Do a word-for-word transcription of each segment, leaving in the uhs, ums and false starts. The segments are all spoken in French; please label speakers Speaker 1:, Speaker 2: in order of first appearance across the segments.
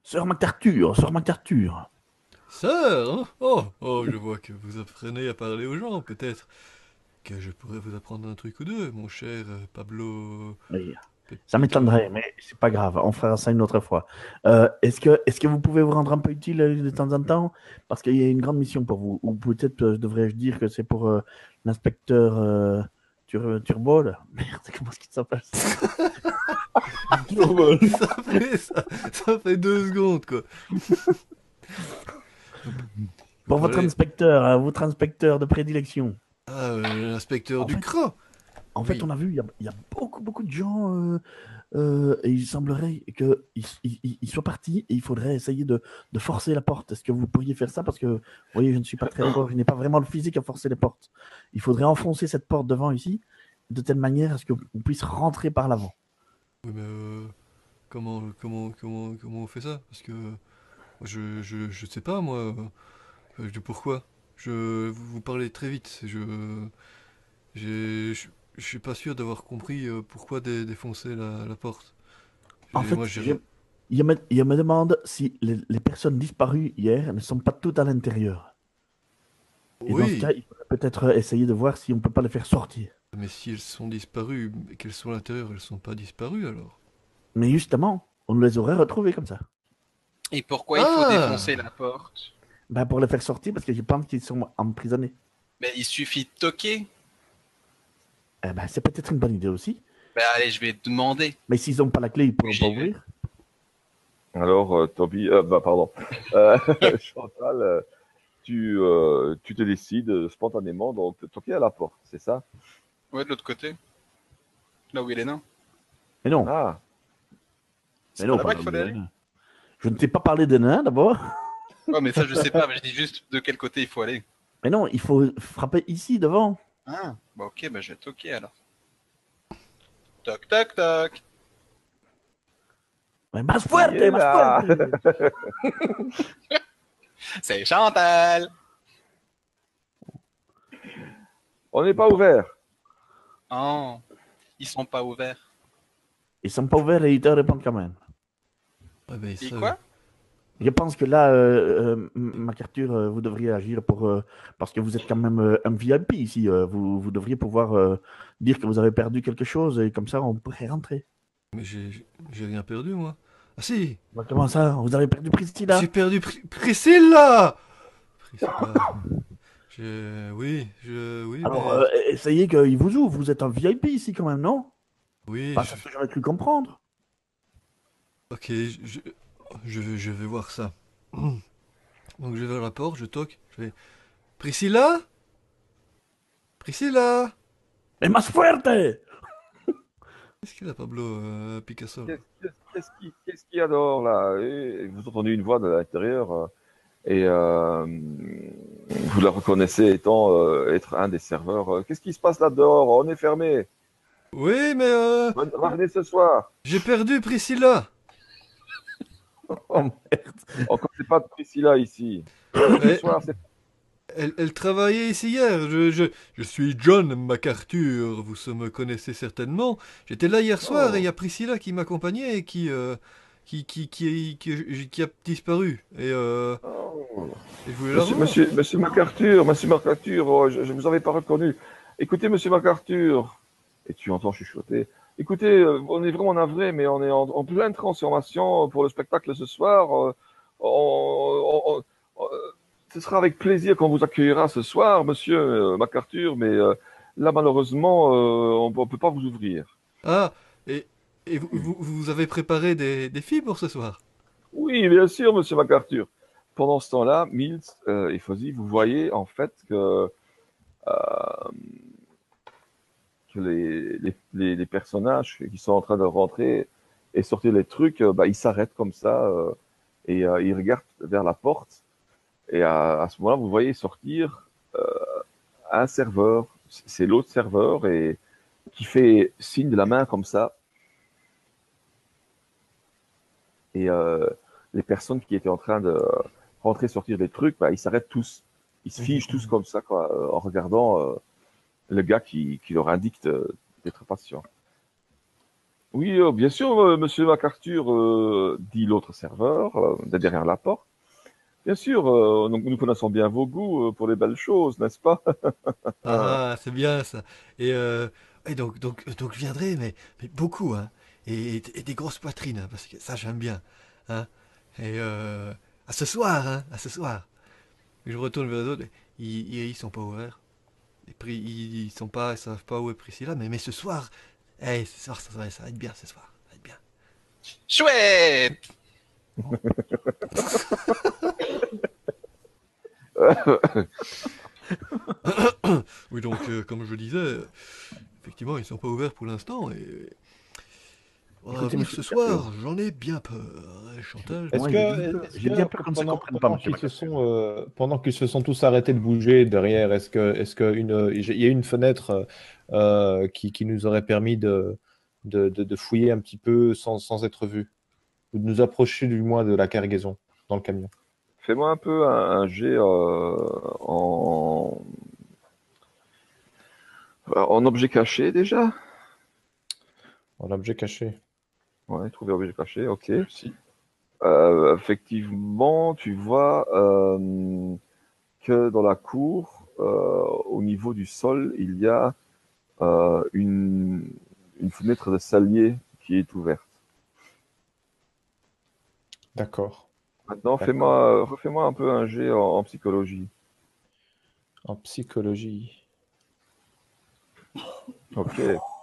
Speaker 1: Sœur MacArthur, Sœur MacArthur.
Speaker 2: Sœur, hein? Oh, oh, je vois que vous apprenez à parler aux gens, peut-être que je pourrais vous apprendre un truc ou deux, mon cher euh, Pablo
Speaker 1: Oui, ça
Speaker 2: Pepito.
Speaker 1: m'étonnerait, mais c'est pas grave, on fera ça une autre fois. Euh, est-ce que, est-ce que vous pouvez vous rendre un peu utile euh, de temps en temps? Parce qu'il y a une grande mission pour vous. Ou peut-être euh, devrais-je dire que c'est pour euh, l'inspecteur euh, Tur- Turbo, là. Merde, comment est-ce qu'il s'appelle ça? Turbo.
Speaker 2: Ça fait ça, ça fait deux secondes, quoi. Vous
Speaker 1: Pour votre
Speaker 2: parlez...
Speaker 1: inspecteur, hein, votre inspecteur de prédilection.
Speaker 2: Ah, euh, l'inspecteur
Speaker 1: En
Speaker 2: du
Speaker 1: fait,
Speaker 2: CRA.
Speaker 1: en fait,
Speaker 2: Oui.
Speaker 1: on a vu, il y a, il y a beaucoup, beaucoup de gens, euh, euh, et il semblerait qu'ils ils, ils- ils soient partis et il faudrait essayer de, de forcer la porte. Est-ce que vous pourriez faire ça? Parce que, vous voyez, je ne suis pas très fort, je n'ai pas vraiment le physique à forcer les portes. Il faudrait enfoncer cette porte devant ici, de telle manière à ce qu'on puisse rentrer par l'avant.
Speaker 2: Oui, mais euh, comment, comment, comment, comment on fait ça? Parce que je, je, je sais pas, moi. euh, je- pourquoi? Je, vous, vous parlez très vite. Je, j'ai, je, je suis pas sûr d'avoir compris euh, pourquoi dé- défoncer la, la porte.
Speaker 1: En
Speaker 2: J'ai- Moi,
Speaker 1: fait,
Speaker 2: j'ai...
Speaker 1: je, il me, il me demande si les, les personnes disparues hier ne sont pas toutes à l'intérieur. Et dans ce cas,
Speaker 2: Oui,
Speaker 1: il faudrait peut-être essayer de voir si on ne peut pas les faire sortir.
Speaker 2: mais si elles sont disparues et qu'elles sont à l'intérieur, elles sont pas disparues alors.
Speaker 1: Mais justement, on les aurait retrouvées comme ça.
Speaker 3: Et pourquoi il faut défoncer
Speaker 2: Ah!
Speaker 3: la porte?
Speaker 1: Ben, pour les faire sortir, parce que je pense qu'ils sont emprisonnés.
Speaker 3: Ben, il suffit de toquer.
Speaker 1: Eh ben, c'est peut-être une bonne idée aussi.
Speaker 3: Ben, allez, je vais demander.
Speaker 1: Mais s'ils n'ont pas la clé, ils ne
Speaker 3: Oui,
Speaker 1: pourront pas
Speaker 3: j'y vais.
Speaker 1: ouvrir.
Speaker 4: Alors, euh, Toby, euh, bah, pardon. Euh, Chantal, euh, tu, euh, tu te décides euh, spontanément donc de toquer à la porte, c'est ça?
Speaker 3: Ouais, de l'autre côté. Là où il est nain.
Speaker 1: Mais non,
Speaker 4: Ah,
Speaker 1: mais
Speaker 3: C'est pas
Speaker 1: non, pas
Speaker 3: là-bas
Speaker 1: là
Speaker 3: qu'il
Speaker 1: où il
Speaker 3: fallait
Speaker 1: y
Speaker 3: aller?
Speaker 1: en a. Je ne t'ai pas parlé des nains d'abord.
Speaker 3: Ouais, mais ça, je sais pas. Mais je dis juste de quel côté il faut aller.
Speaker 1: Mais non, il faut frapper ici, devant.
Speaker 3: Ah, bah ok, bah je vais toquer alors. Toc, toc, toc.
Speaker 1: Mais más
Speaker 4: qui
Speaker 1: fuerte,
Speaker 4: est
Speaker 1: más fuerte.
Speaker 4: là?
Speaker 3: C'est Chantal.
Speaker 4: On n'est pas ouvert.
Speaker 3: Oh, ils sont pas ouverts.
Speaker 1: Ils sont pas ouverts et ils te répondent quand même.
Speaker 2: Ouais, ben
Speaker 3: Et
Speaker 2: ça...
Speaker 3: quoi?
Speaker 1: Je pense que là, euh, euh, MacArthur, euh, vous devriez agir pour, euh, parce que vous êtes quand même euh, un V I P ici. euh, vous, vous devriez pouvoir euh, dire que vous avez perdu quelque chose et comme ça, on pourrait rentrer.
Speaker 2: Mais j'ai j'ai rien perdu, moi. Ah si!
Speaker 1: Bah, comment ça? Vous avez perdu
Speaker 2: J'ai
Speaker 1: Priscilla?
Speaker 2: perdu Pri- Priscilla! Priscilla... Je... Oui, je... Oui,
Speaker 1: Alors,
Speaker 2: mais...
Speaker 1: euh, essayez qu'il vous ouvre. Vous êtes un V I P ici quand même, non?
Speaker 2: Oui,
Speaker 1: Enfin,
Speaker 2: je...
Speaker 1: c'est ce que j'aurais cru comprendre.
Speaker 2: Ok, je, je, je vais, je vais voir ça. Donc je vais à la porte, je toque, je fais... Priscilla? Priscilla?
Speaker 1: Mais más fuerte!
Speaker 2: Qu'est-ce qu'il a, Pablo euh, Picasso, là?
Speaker 4: Qu'est-ce qu'est-ce- qu'est-ce qui, qu'est-ce qu'il y a dehors là? Et vous entendez une voix de l'intérieur euh, et euh, vous la reconnaissez étant euh, être un des serveurs. Euh, Qu'est-ce qui se passe là dehors? On est fermé.
Speaker 2: Oui, mais euh,
Speaker 4: Revenez ce soir.
Speaker 2: j'ai perdu Priscilla.
Speaker 1: Oh, merde.
Speaker 4: On ne connaît pas de Priscilla ici. Ce
Speaker 2: Mais
Speaker 4: soir, c'est
Speaker 2: elle, elle travaillait ici hier. Je, je, je suis John MacArthur, vous se me connaissez certainement. J'étais là hier soir et il y
Speaker 4: oh.
Speaker 2: a Priscilla qui m'accompagnait et qui, euh, qui, qui, qui, qui, qui a disparu. Et, euh,
Speaker 4: Oh.
Speaker 2: et je voulais la
Speaker 4: Monsieur,
Speaker 2: revoir.
Speaker 4: monsieur, monsieur MacArthur, monsieur MacArthur, oh, je ne vous avais pas reconnu. Écoutez, monsieur MacArthur, et tu entends chuchoter. Écoutez, euh, on est vraiment navré, mais on est en, en pleine transformation pour le spectacle ce soir. Euh, on- on- on- euh, ce sera avec plaisir qu'on vous accueillera ce soir, monsieur euh, MacArthur, mais euh, là, malheureusement, euh, on ne peut pas vous ouvrir.
Speaker 2: Ah, et, et vous, vous, vous avez préparé des, des filles pour ce soir?
Speaker 4: Oui, bien sûr, monsieur MacArthur. Pendant ce temps-là, Milt euh, et Fuzzy, vous voyez en fait que euh, que les, les, les, les personnages qui sont en train de rentrer et sortir les trucs, euh, bah, ils s'arrêtent comme ça euh, et euh, ils regardent vers la porte. Et à, à ce moment-là, vous voyez sortir euh, un serveur. C'est l'autre serveur et qui fait signe de la main comme ça. Et euh, les personnes qui étaient en train de rentrer, sortir des trucs, bah, ils s'arrêtent tous. Ils se figent tous comme ça, quoi, euh, en regardant euh, le gars qui, qui leur indique de- d'être patient. Oui, euh, bien sûr, euh, monsieur MacArthur, euh, dit l'autre serveur, euh, derrière la porte. Bien sûr, euh, nous, nous connaissons bien vos goûts euh, pour les belles choses, n'est-ce pas?
Speaker 2: Ah, c'est bien ça. Et, euh, et donc, donc, donc je viendrai, mais, mais beaucoup, hein. Et, et- et des grosses poitrines, hein, parce que ça j'aime bien. Hein. Et euh, à ce soir, hein, à ce soir. Et je retourne vers les autres, ils, ils, ils sont pas ouverts. Les prix, ils, ils sont pas, ils savent pas où est Priscilla, mais, mais ce soir, hey, ce soir, ça, va- ça va être bien ce soir. Ça va être bien.
Speaker 3: Chouette.
Speaker 2: Oui, donc, euh, comme je le disais, euh, effectivement, ils sont pas ouverts pour l'instant, et on va
Speaker 1: Écoutez,
Speaker 2: venir
Speaker 1: monsieur
Speaker 2: ce
Speaker 1: MacArthur,
Speaker 2: soir, j'en ai bien peur. hein, Chantal,
Speaker 5: Est-ce
Speaker 1: moi, j'ai bien
Speaker 5: que,
Speaker 1: peur,
Speaker 5: est-ce
Speaker 1: j'ai bien
Speaker 5: que
Speaker 1: peur qu'on ne se
Speaker 5: pendant,
Speaker 1: comprenne pas,
Speaker 5: pendant
Speaker 1: monsieur
Speaker 5: qu'ils se
Speaker 1: MacArthur.
Speaker 5: sont, euh, pendant qu'ils se sont tous arrêtés de bouger derrière, est-ce que, est-ce que une, il y a une fenêtre euh, qui, qui nous aurait permis de, de, de, de fouiller un petit peu sans, sans être vus, ou de nous approcher du moins de la cargaison dans le camion,
Speaker 4: Fais-moi un peu un, un jet euh, en, en objet caché déjà.
Speaker 5: en objet caché.
Speaker 4: Ouais, trouver objet caché, ok.
Speaker 5: Si.
Speaker 4: Euh, effectivement, tu vois euh, que dans la cour, euh, au niveau du sol, il y a euh, une, une fenêtre de salier qui est ouverte.
Speaker 5: D'accord.
Speaker 4: Maintenant,
Speaker 5: D'accord.
Speaker 4: fais-moi, refais-moi un peu un jet en, en psychologie.
Speaker 5: En psychologie.
Speaker 4: Ok.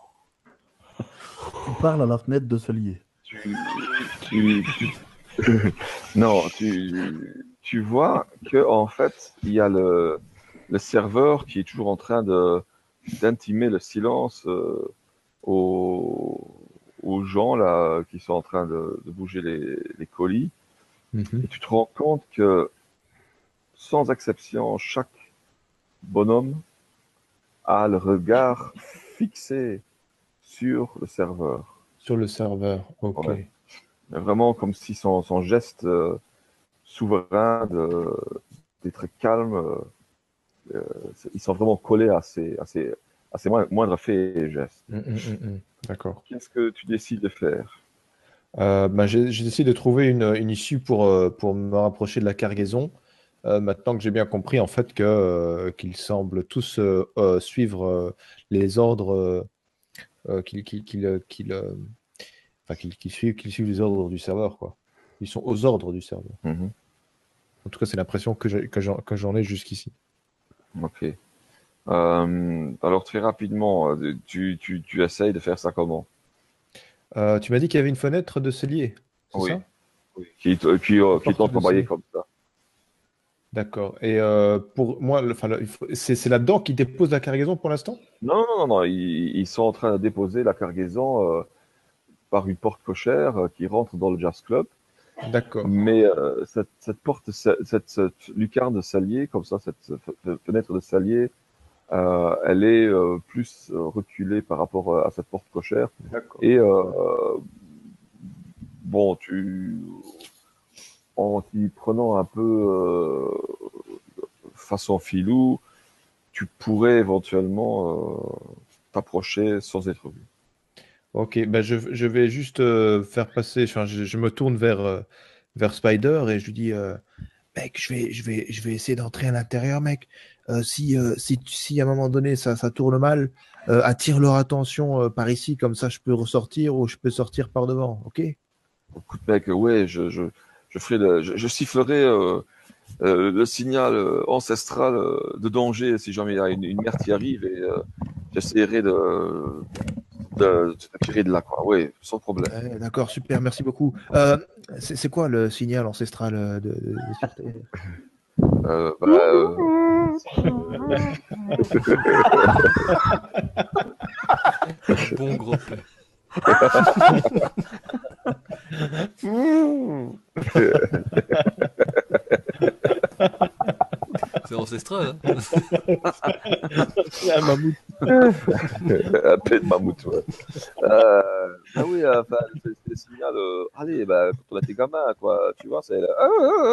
Speaker 1: Tu parles à la fenêtre de Solier.
Speaker 4: Tu, tu, tu- non, tu, tu vois que en fait, il y a le, le serveur qui est toujours en train de d'intimer le silence euh, aux, aux gens là qui sont en train de, de bouger les, les colis.
Speaker 5: Mhm.
Speaker 4: Et tu te rends compte que, sans exception, chaque bonhomme a le regard fixé sur le serveur.
Speaker 5: Sur le serveur. Ok.
Speaker 4: Ouais. Mais vraiment comme si son, son geste euh, souverain de- d'être calme, euh, euh, ils sont vraiment collés à ses, à ses, à ses moindres, moindres faits et gestes.
Speaker 5: Mm, mm, mm, mm. D'accord.
Speaker 4: Qu'est-ce que tu décides de faire?
Speaker 5: Euh, bah, j'ai j'ai décidé de trouver une, une issue pour, euh, pour me rapprocher de la cargaison. Euh, maintenant que j'ai bien compris en fait que, euh, qu'ils semblent tous euh, euh, suivre euh, les ordres, euh, euh, qu'ils qu'ils- qu'ils, euh, qu'ils, euh, enfin, qu'ils- qu'ils suivent, qu'ils suivent les ordres du serveur, quoi. Ils sont aux ordres du serveur.
Speaker 4: Mhm.
Speaker 5: En tout cas, c'est l'impression que j'ai- que j'en que j'en ai jusqu'ici.
Speaker 4: Ok. Euh, alors très rapidement, euh, tu, tu, tu essayes de faire ça comment?
Speaker 5: Euh, tu m'as dit qu'il y avait une fenêtre de cellier, c'est
Speaker 4: Oui.
Speaker 5: ça?
Speaker 4: Oui. Qui, te- qui, euh, qui
Speaker 5: Porte
Speaker 4: t'ont
Speaker 5: de
Speaker 4: envoyé
Speaker 5: cellier.
Speaker 4: comme ça.
Speaker 5: D'accord. Et euh, pour moi, le- enfin, le- il faut- c'est c'est là-dedans qu'ils déposent la cargaison pour l'instant?
Speaker 4: Non, non, non, non. Ils, ils sont en train de déposer la cargaison euh, par une porte cochère euh, qui rentre dans le Jazz Club.
Speaker 5: D'accord.
Speaker 4: Mais euh, cette, cette porte, cette, cette, cette lucarne de salier, comme ça, cette f- fenêtre de salier, euh, elle est euh, plus euh, reculée par rapport euh, à cette porte cochère.
Speaker 5: D'accord.
Speaker 4: Et euh, bon, tu, en t'y prenant un peu euh, façon filou, tu pourrais éventuellement euh, t'approcher sans être vu.
Speaker 5: Ok, bah je, je vais juste euh, faire passer, enfin, je, je me tourne vers, euh, vers Spider et je lui dis, euh, mec, je vais, je vais, je vais essayer d'entrer à l'intérieur, mec. Euh, si, euh, si, si à un moment donné ça, ça tourne mal, euh, attire leur attention euh, par ici, comme ça je peux ressortir ou je peux sortir par devant, ok?
Speaker 4: Écoute, mec, ouais, je, je, je ferai le, je, je sifflerai euh, euh, le signal euh, ancestral euh, de danger si jamais il y a une, une merde qui arrive et euh, j'essaierai de, de, de te tirer de là, quoi. Ouais, sans problème.
Speaker 5: Ouais, d'accord, super, merci beaucoup. Euh, c'est c'est quoi le signal ancestral euh, de, de, de sûreté?
Speaker 4: Euh, bah, euh,
Speaker 2: bon gros paix. C'est ancestral, hein.
Speaker 5: Un mammouth.
Speaker 4: un peu de mammouth, ouais. Euh, bah oui, euh, enfin, c'est c'est le signal. Euh, allez, bah, quand on était gamin, quoi, tu vois, c'est. le-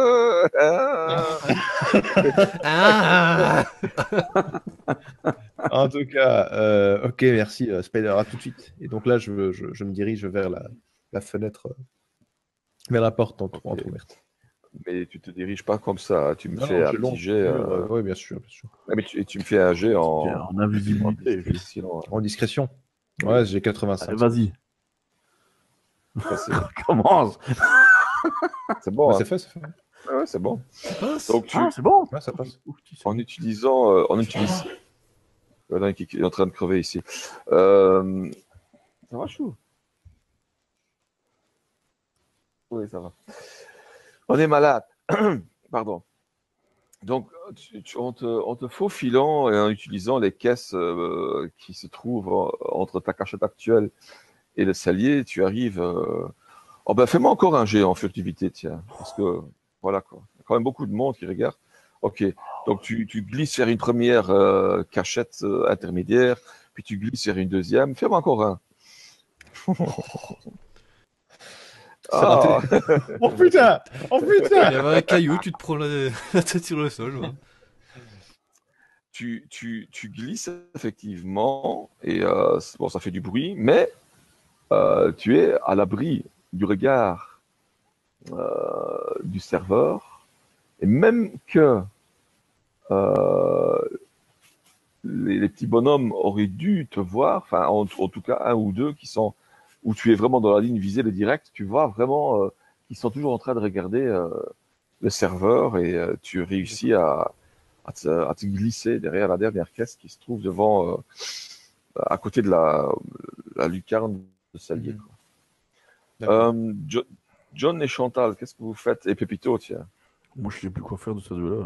Speaker 2: Ah
Speaker 5: En tout cas, euh, ok, merci euh, Spider, à tout de suite. Et donc là, je, je, je me dirige vers la, la fenêtre, euh, vers la porte en-
Speaker 4: Ok.
Speaker 5: entrouverte.
Speaker 4: Mais tu te diriges pas comme ça. Tu me
Speaker 5: Non,
Speaker 4: fais
Speaker 5: non,
Speaker 4: un
Speaker 5: je
Speaker 4: petit
Speaker 5: longe
Speaker 4: jet.
Speaker 5: sur,
Speaker 4: euh,
Speaker 5: euh, oui, bien sûr, bien sûr.
Speaker 4: ah, mais tu, et tu me fais un jet en,
Speaker 1: En
Speaker 4: en
Speaker 1: invisibilité.
Speaker 4: discrétion.
Speaker 5: En discrétion. Ouais, j'ai quatre-vingt-cinq.
Speaker 1: Allez, vas-y.
Speaker 4: Ça, c'est
Speaker 1: Commence.
Speaker 4: c'est bon.
Speaker 5: Ouais,
Speaker 4: Hein.
Speaker 5: c'est fait, c'est fait.
Speaker 4: Ouais, ouais, c'est bon.
Speaker 2: Ça passe.
Speaker 4: Donc tu,
Speaker 1: Ah, c'est bon.
Speaker 5: Ouais, ça passe.
Speaker 1: Ouf, tu sais.
Speaker 4: en utilisant, euh, en utilisant. Voilà, qui qui est en train de crever ici. Euh, Ça va, chou? Oui, ça va. On est malade. Pardon. Donc, tu, tu, en, te, en te faufilant et en utilisant les caisses euh, qui se trouvent en- entre ta cachette actuelle et le cellier, tu arrives. Euh... Oh ben, fais-moi encore un jet en furtivité, tiens. Parce que, voilà quoi. Il y a quand même beaucoup de monde qui regarde. Ok. Donc, tu, tu glisses vers une première euh, cachette euh, intermédiaire, puis tu glisses vers une deuxième. Fais-moi encore un.
Speaker 5: C'est raté.
Speaker 4: Ah,
Speaker 5: Oh putain! Oh
Speaker 2: Il y
Speaker 5: putain!
Speaker 2: avait un caillou, tu te prends la, la tête sur le sol. Ouais.
Speaker 4: tu, tu, tu glisses effectivement, et euh, c'est- bon, ça fait du bruit, mais euh, tu es à l'abri du regard euh, du serveur, et même que euh, les, les petits bonhommes auraient dû te voir, enfin en, en tout cas un ou deux qui sont où tu es vraiment dans la ligne visée, le direct, tu vois vraiment euh, qu'ils sont toujours en train de regarder euh, le serveur et euh, tu réussis à, à, te, à te glisser derrière la dernière caisse qui se trouve devant, euh, à côté de la, la lucarne de Salier.
Speaker 5: Mhm.
Speaker 4: Quoi.
Speaker 5: D'accord.
Speaker 4: Euh, Jo- John et Chantal, qu'est-ce que vous faites? Et Pépito, tiens.
Speaker 1: Moi, je sais plus quoi faire de ces deux-là.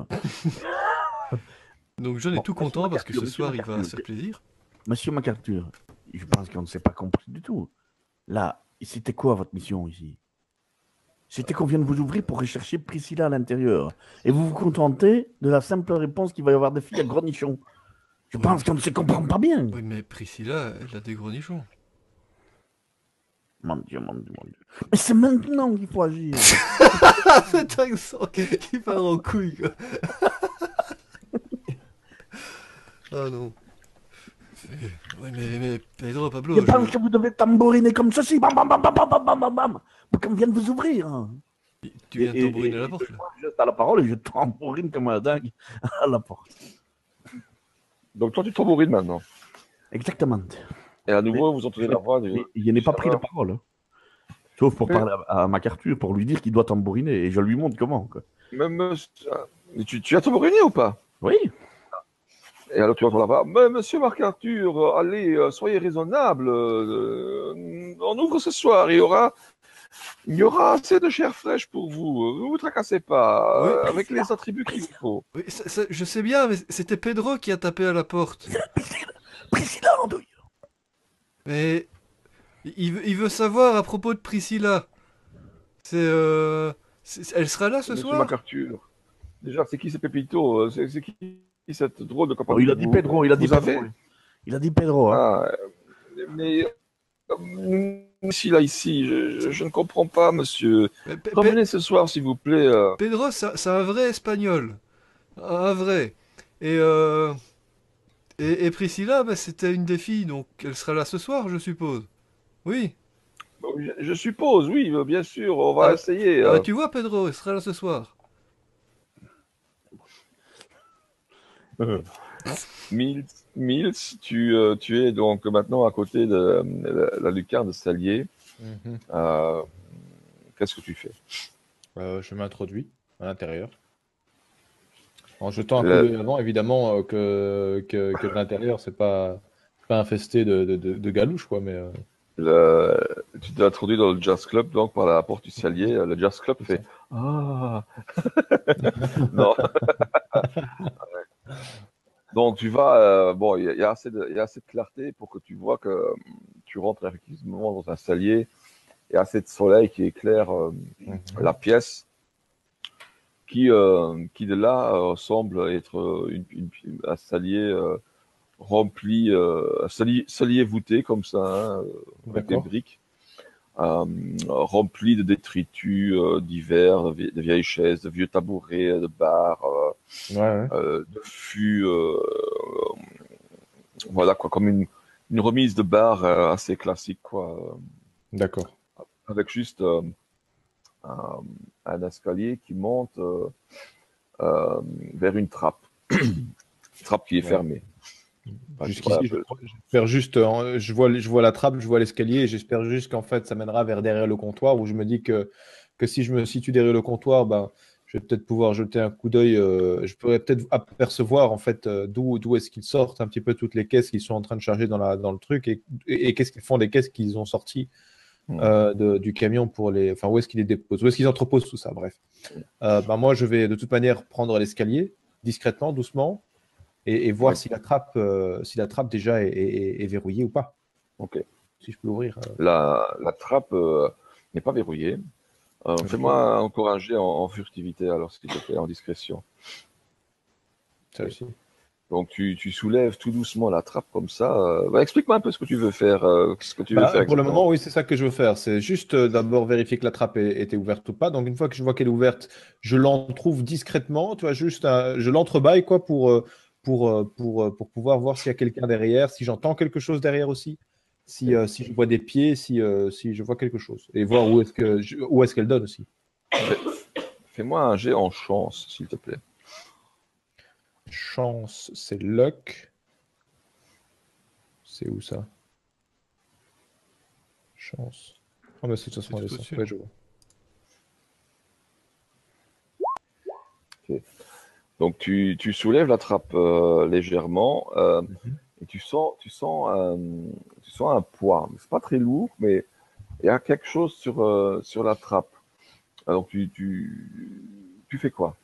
Speaker 2: Donc John est
Speaker 1: Bon,
Speaker 2: tout
Speaker 1: monsieur
Speaker 2: content parce que
Speaker 1: MacArthur,
Speaker 2: ce
Speaker 1: monsieur
Speaker 2: soir il va
Speaker 1: MacArthur,
Speaker 2: se faire plaisir.
Speaker 1: Monsieur MacArthur, je pense qu'on ne s'est pas compris du tout. Là, c'était quoi votre mission ici? C'était qu'on vient de vous ouvrir pour rechercher Priscilla à l'intérieur. Et vous vous contentez de la simple réponse qu'il va y avoir des filles à Grenichon. Je
Speaker 2: Oui.
Speaker 1: pense qu'on ne se comprend pas bien.
Speaker 2: Oui, mais Priscilla, elle a des gros nichons.
Speaker 1: Mon Dieu, mon Dieu, mon Dieu. Mais c'est maintenant qu'il faut agir.
Speaker 2: Ah, cet accent qui part en couille, quoi. Ah non. Oui, mais, mais Pedro, Pablo,
Speaker 1: Je pense
Speaker 2: je...
Speaker 1: que vous devez tambouriner comme ceci. Bam, bam, bam, bam, bam, bam, bam, bam. Pour qu'on vienne vous ouvrir.
Speaker 2: tu viens de
Speaker 1: Et- et-
Speaker 2: tambouriner
Speaker 1: et-
Speaker 2: la porte, là.
Speaker 1: Je à la parole et je tambourine comme un dingue à la porte.
Speaker 4: Donc toi, tu tambourines maintenant.
Speaker 1: Exactement.
Speaker 4: Et à nouveau, vous entendez
Speaker 1: Mais-
Speaker 4: la voix du...
Speaker 1: Mais il n'ai pas pris la parole. hein. Sauf pour
Speaker 4: Oui.
Speaker 1: parler à, à MacArthur, pour lui dire qu'il doit tambouriner. Et je lui montre comment. quoi.
Speaker 4: Même, euh, tu, tu as tambouriné ou pas?
Speaker 1: Oui.
Speaker 4: Et alors tu entends la voix, mais monsieur Marc-Arthur, euh, allez, euh, soyez raisonnable. euh, euh, on ouvre ce soir, il y aura, il y aura assez de chair fraîche pour vous. Ne vous tracassez pas,
Speaker 2: Oui.
Speaker 4: euh, avec les attributs qu'il vous faut.
Speaker 2: Oui, ça- ça- je sais bien, mais c'était Pedro qui a tapé à la porte.
Speaker 1: Priscilla, Priscilla Andouille.
Speaker 2: Mais il, veut- il veut savoir à propos de Priscilla. C'est euh... c'est- elle sera là ce
Speaker 4: Monsieur
Speaker 2: soir?
Speaker 4: MacArthur. Déjà, c'est qui ce Pépito? euh, C'est c'est qui cette drôle de
Speaker 1: Oh,
Speaker 4: compagnie
Speaker 1: il a
Speaker 4: que
Speaker 1: dit
Speaker 4: vous-
Speaker 1: Pedro, il a dit
Speaker 4: vous
Speaker 1: Pedro.
Speaker 4: avez
Speaker 1: oui. Il a dit Pedro. Hein.
Speaker 4: Ah, euh, mais euh, si là, ici, je, je- je ne comprends pas, monsieur.
Speaker 2: Mais Pe- Pe-
Speaker 4: Revenez ce soir, s'il vous plaît. euh.
Speaker 2: Pedro, c'est c'est un vrai espagnol. Un vrai. Et, euh... et, et Priscilla, bah, c'était une des filles, donc elle sera là ce soir, je suppose. Oui.
Speaker 4: Je, je suppose, oui, euh, bien sûr, on va
Speaker 2: Ah,
Speaker 4: essayer.
Speaker 2: Ah,
Speaker 4: euh.
Speaker 2: bah, tu vois, Pedro, elle sera là ce soir.
Speaker 4: Mills, Mills, tu, euh, tu es donc maintenant à côté de euh, la, la lucarne de Salier.
Speaker 5: Mhm.
Speaker 4: Euh, Qu'est-ce que tu fais?
Speaker 5: Euh, je m'introduis à l'intérieur. En jetant un
Speaker 4: Le-
Speaker 5: coup d'œil avant, évidemment, euh, que, que, que l'intérieur, c'est pas, pas infesté de, de, de, de galouches, quoi, mais euh,
Speaker 4: le- Tu t'es introduit dans le jazz club, donc par la porte du Salier. Le jazz club
Speaker 5: c'est
Speaker 4: fait
Speaker 5: ça.
Speaker 4: Ah non. Donc tu vas, euh, bon, il y, a- il y a assez de, il y a assez de clarté pour que tu vois que euh, tu rentres effectivement dans un Salier. Il y a assez de soleil qui éclaire euh,
Speaker 5: Mhm.
Speaker 4: la pièce. Qui, euh, qui de là euh, semble être euh, une, une- un salier euh, rempli, euh, un salier, salier voûté comme ça, hein, avec des
Speaker 5: D'accord.
Speaker 4: briques, euh, rempli de détritus euh, divers, de, vie- de vieilles chaises, de vieux tabourets, de bars, euh,
Speaker 5: Ouais, ouais.
Speaker 4: euh, de fûts, euh, voilà quoi, comme une, une remise de bar euh, assez classique quoi, euh,
Speaker 5: D'accord.
Speaker 4: avec juste euh, un, un escalier qui monte euh, euh, vers une trappe, une trappe qui est
Speaker 5: Ouais.
Speaker 4: fermée. Enfin, tu vois un
Speaker 5: Jusqu'ici, je
Speaker 4: peu le
Speaker 5: crois-
Speaker 4: truc.
Speaker 5: j'espère juste, euh, je vois, je vois la trappe, je vois l'escalier, et j'espère juste qu'en fait, ça mènera vers derrière le comptoir, où je me dis que, que si je me situe derrière le comptoir, ben, je vais peut-être pouvoir jeter un coup d'œil, euh, je pourrais peut-être apercevoir en fait euh, d'où d'où est-ce qu'ils sortent un petit peu toutes les caisses qu'ils sont en train de charger dans la, dans le truc, et, et, et qu'est-ce qu'ils font des caisses qu'ils ont sorties
Speaker 4: Hmm.
Speaker 5: euh, de- du camion pour les, enfin, où est-ce qu'ils les déposent, où est-ce qu'ils entreposent tout ça, bref. Euh, ben, moi, je vais de toute manière prendre l'escalier, discrètement, doucement, et, et voir
Speaker 4: Ouais,
Speaker 5: si la trappe, euh, si la trappe déjà est, est- est verrouillée ou pas.
Speaker 4: ok.
Speaker 5: Si je peux l'ouvrir. euh,
Speaker 4: La, la trappe euh, n'est pas verrouillée. Euh,
Speaker 5: ok,
Speaker 4: fais-moi encore un jet en, en furtivité alors, s'il te plaît, en discrétion.
Speaker 5: ça
Speaker 4: Ok.
Speaker 5: aussi.
Speaker 4: Donc tu, tu soulèves tout doucement la trappe comme ça. euh, bah, explique-moi un peu ce que tu veux faire, euh, ce que tu veux
Speaker 5: Bah,
Speaker 4: faire
Speaker 5: pour le
Speaker 4: exactement.
Speaker 5: moment, oui, c'est ça que je veux faire. C'est juste euh, d'abord vérifier que la trappe est- était ouverte ou pas. Donc, une fois que je vois qu'elle est ouverte, je l'entrouve discrètement. Tu vois, juste, un- je l'entrebâille quoi pour, euh, pour, euh, pour, euh, pour pouvoir voir s'il y a quelqu'un derrière, si j'entends quelque chose derrière aussi, si,
Speaker 4: Ok.
Speaker 5: euh, si je vois des pieds, si, euh, si je vois quelque chose. Et voir où est-ce que, je- où est-ce qu'elle donne aussi.
Speaker 4: Fais- Fais-moi un jet en chance, s'il te plaît.
Speaker 5: Chance, c'est luck. C'est où ça? Chance. Ah, mais c'est de toute
Speaker 2: C'est
Speaker 5: façon un
Speaker 2: tout
Speaker 5: dessin.
Speaker 2: au-dessus.
Speaker 5: Ouais, je vois.
Speaker 4: Ok. Donc tu, tu soulèves la trappe euh, légèrement euh,
Speaker 5: Mhm.
Speaker 4: et tu sens, tu sens, un, tu sens un poids. C'est pas très lourd, mais il y a quelque chose sur, euh, sur la trappe. Alors tu, tu, tu fais quoi?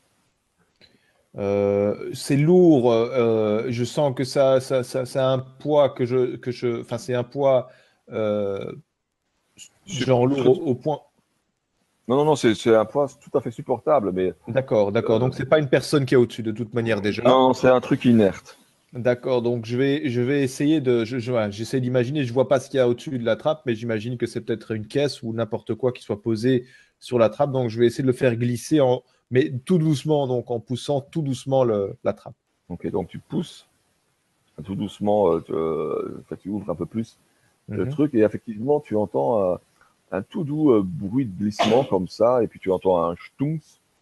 Speaker 5: Euh, c'est lourd. Euh, je sens que ça, ça, ça, ça a un poids que je, que je, enfin, c'est un poids euh,
Speaker 4: Sur-
Speaker 5: genre lourd au,
Speaker 4: sur-
Speaker 5: au point.
Speaker 4: Non, non, non, c'est c'est un poids tout à fait supportable, mais
Speaker 5: D'accord, d'accord.
Speaker 4: euh,
Speaker 5: Donc c'est pas une personne qui est au-dessus de toute manière déjà.
Speaker 4: non, c'est un truc inerte.
Speaker 5: D'accord. Donc je vais, je vais essayer de, je, je- ouais, j'essaie d'imaginer. Je vois pas ce qu'il y a au-dessus de la trappe, mais j'imagine que c'est peut-être une caisse ou n'importe quoi qui soit posé sur la trappe. Donc je vais essayer de le faire glisser en, mais tout doucement, donc en poussant tout doucement le, la trappe.
Speaker 4: Ok, donc tu pousses tout doucement, euh, tu, euh, enfin, tu ouvres un peu plus le
Speaker 5: Mhm.
Speaker 4: truc et effectivement tu entends euh, un tout doux euh, bruit de glissement comme ça et puis tu entends un schtouns